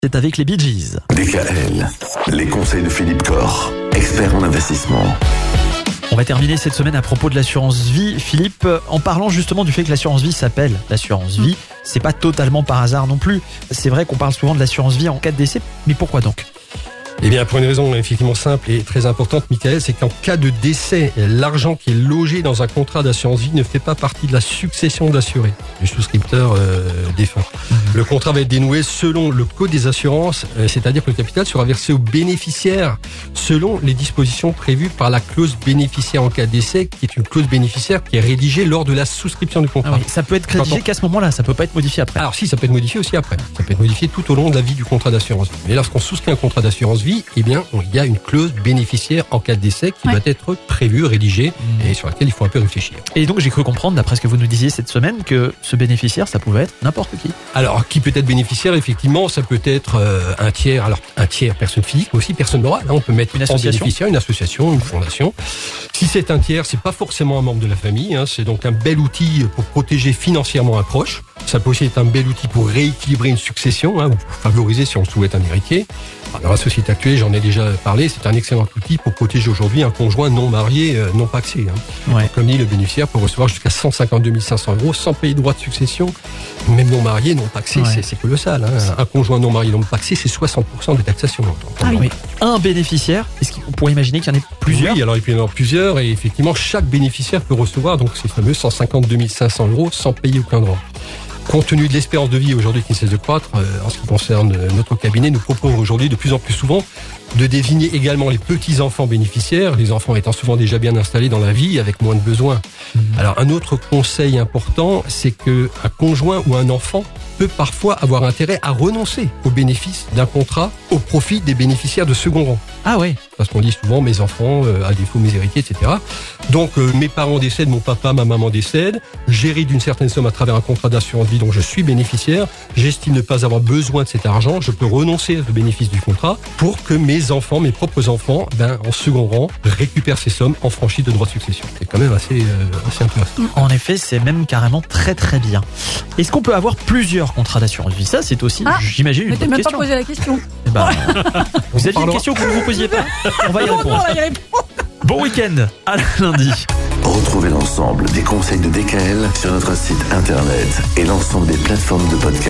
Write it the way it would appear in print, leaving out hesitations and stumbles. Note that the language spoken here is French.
C'est avec les Bee Gees. DKL, les conseils de Philippe Corr, expert en investissement. On va terminer cette semaine à propos de l'assurance vie, Philippe, en parlant justement du fait que l'assurance vie s'appelle l'assurance vie. C'est pas totalement par hasard non plus. C'est vrai qu'on parle souvent de l'assurance vie en cas de décès, mais pourquoi donc ? Eh bien, pour une raison effectivement simple et très importante, Michael, c'est qu'en cas de décès, l'argent qui est logé dans un contrat d'assurance vie ne fait pas partie de la succession d'assurés, du souscripteur défunt. Le contrat va être dénoué selon le code des assurances, c'est-à-dire que le capital sera versé aux bénéficiaires selon les dispositions prévues par la clause bénéficiaire en cas de décès, qui est une clause bénéficiaire qui est rédigée lors de la souscription du contrat. Ah oui, ça peut être rédigé qu'à ce moment-là, ça peut pas être modifié après. Alors si, ça peut être modifié aussi après. Ça peut être modifié tout au long de la vie du contrat d'assurance vie. Mais lorsqu'on souscrit un contrat d'assurance vie, eh bien, il y a une clause bénéficiaire en cas de décès qui doit être prévue, rédigée et sur laquelle il faut un peu réfléchir. Et donc, j'ai cru comprendre, d'après ce que vous nous disiez cette semaine, que ce bénéficiaire, ça pouvait être n'importe qui. Alors, qui peut être bénéficiaire? Effectivement, ça peut être un tiers. Alors, un tiers personne physique, mais aussi personne morale. On peut mettre Une en association. bénéficiaire une association, une fondation. Si c'est un tiers, c'est pas forcément un membre de la famille. C'est donc un bel outil pour protéger financièrement un proche. Ça peut aussi être un bel outil pour rééquilibrer une succession, ou pour favoriser, si on le souhaite, un héritier. Dans la société actuelle, j'en ai déjà parlé, c'est un excellent outil pour protéger aujourd'hui un conjoint non marié, non pacsé. Ouais. Comme dit, le bénéficiaire peut recevoir jusqu'à 152 500 € sans payer de droits de succession. Même non marié, non pacsé, c'est colossal. Un conjoint non marié, non pacsé, c'est 60% de taxation. Oui. Un bénéficiaire, est-ce qu'on pourrait imaginer qu'il y en ait plusieurs ? Oui, alors il peut y en avoir plusieurs, et effectivement, chaque bénéficiaire peut recevoir donc ces fameux 152 500 € sans payer aucun droit. Compte tenu de l'espérance de vie aujourd'hui qui ne cesse de croître, en ce qui concerne notre cabinet, nous proposons aujourd'hui de plus en plus souvent de désigner également les petits-enfants bénéficiaires, les enfants étant souvent déjà bien installés dans la vie avec moins de besoins. Alors un autre conseil important, c'est que un conjoint ou un enfant peut parfois avoir intérêt à renoncer au bénéfice d'un contrat au profit des bénéficiaires de second rang. Ah ouais. Parce qu'on dit souvent mes enfants, à défaut mes héritiers, etc. Donc mes parents décèdent, mon papa, ma maman décèdent, j'hérite d'une certaine somme à travers un contrat d'assurance vie dont je suis bénéficiaire, j'estime ne pas avoir besoin de cet argent, je peux renoncer au bénéfice du contrat pour que mes enfants, mes propres enfants, en second rang, récupèrent ces sommes en franchise de droit de succession. C'est quand même assez intéressant. En effet, c'est même carrément très très bien. Est-ce qu'on peut avoir plusieurs contrats d'assurance vie ? Ça, c'est aussi, j'imagine, une Mais t'as bonne même pas question. posé la question. Eh ben, vous aviez une question que vous ne vous posiez pas ? On va y Non, répondre. on va y répondre. Bon week-end, à lundi. Retrouvez l'ensemble des conseils de DKL sur notre site internet et l'ensemble des plateformes de podcast.